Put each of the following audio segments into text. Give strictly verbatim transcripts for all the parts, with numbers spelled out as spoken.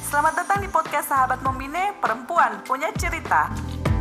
Selamat datang di podcast Sahabat Membine, Perempuan Punya Cerita.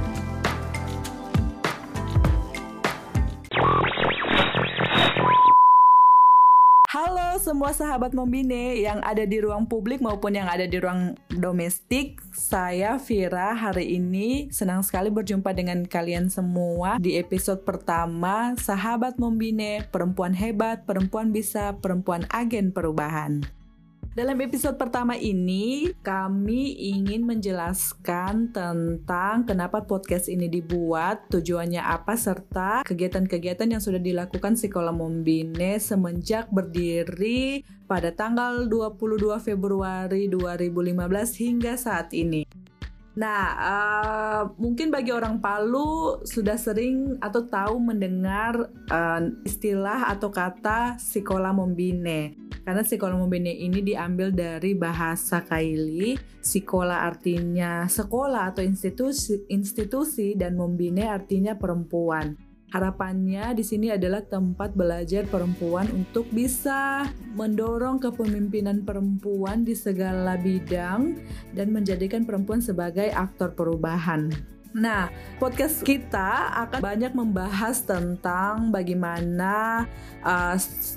Halo semua sahabat Membine yang ada di ruang publik maupun yang ada di ruang domestik. Saya Vira, hari ini senang sekali berjumpa dengan kalian semua di episode pertama Sahabat Membine, Perempuan Hebat, Perempuan Bisa, Perempuan Agen Perubahan. Dalam episode pertama ini, kami ingin menjelaskan tentang kenapa podcast ini dibuat, tujuannya apa, serta kegiatan-kegiatan yang sudah dilakukan Sekolah Membine semenjak berdiri pada tanggal dua puluh dua Februari dua ribu lima belas hingga saat ini. Nah, uh, mungkin bagi orang Palu sudah sering atau tahu mendengar uh, istilah atau kata Sekolah Membine. Karena Sekolah Membine ini diambil dari bahasa Kaili. Sekolah artinya sekolah atau institusi, institusi dan Membine artinya perempuan. Harapannya di sini adalah tempat belajar perempuan untuk bisa mendorong kepemimpinan perempuan di segala bidang dan menjadikan perempuan sebagai aktor perubahan. Nah, podcast kita akan banyak membahas tentang bagaimana uh,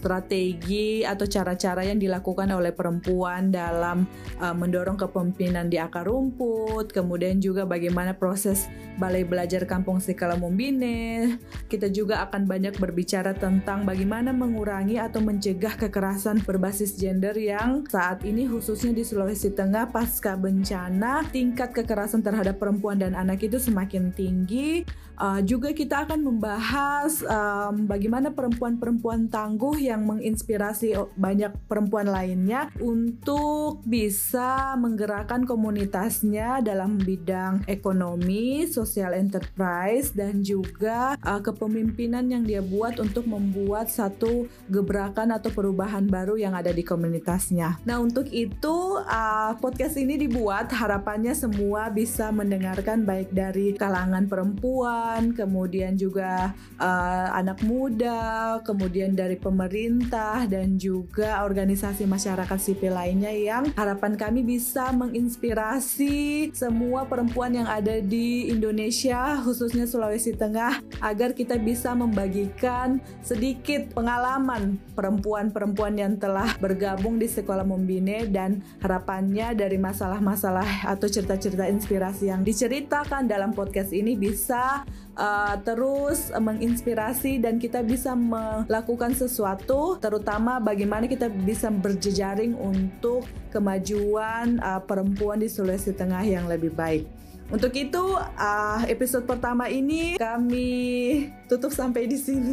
strategi atau cara-cara yang dilakukan oleh perempuan dalam uh, mendorong kepemimpinan di akar rumput, kemudian juga bagaimana proses Balai Belajar Kampung Sekolah Membine. Kita juga akan banyak berbicara tentang bagaimana mengurangi atau mencegah kekerasan berbasis gender yang saat ini khususnya di Sulawesi Tengah pasca bencana, tingkat kekerasan terhadap perempuan dan anak itu semakin tinggi. Uh, juga kita akan membahas um, bagaimana perempuan-perempuan tangguh yang menginspirasi banyak perempuan lainnya untuk bisa menggerakkan komunitasnya dalam bidang ekonomi, social enterprise, dan juga uh, kepemimpinan yang dia buat untuk membuat satu gebrakan atau perubahan baru yang ada di komunitasnya. Nah, untuk itu uh, podcast ini dibuat harapannya semua bisa mendengarkan baik dari kalangan perempuan, kemudian juga uh, anak muda, kemudian dari pemerintah dan juga organisasi masyarakat sipil lainnya yang harapan kami bisa menginspirasi semua perempuan yang ada di Indonesia, khususnya Sulawesi Tengah, agar kita bisa membagikan sedikit pengalaman perempuan-perempuan yang telah bergabung di Sekolah Membine, dan harapannya dari masalah-masalah atau cerita-cerita inspirasi yang diceritakan dalam podcast ini bisa uh, terus uh, menginspirasi dan kita bisa melakukan sesuatu, terutama bagaimana kita bisa berjejaring untuk kemajuan uh, perempuan di Sulawesi Tengah yang lebih baik. Untuk itu, uh, episode pertama ini kami tutup sampai di sini.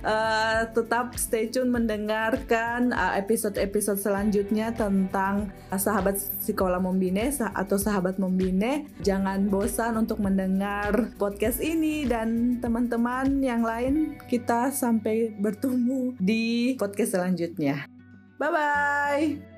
Uh, tetap stay tune mendengarkan uh, episode-episode selanjutnya tentang uh, Sahabat Sekolah Membine sah- atau Sahabat Membine. Jangan bosan untuk mendengar podcast ini, dan teman-teman yang lain, kita sampai bertemu di podcast selanjutnya. Bye-bye!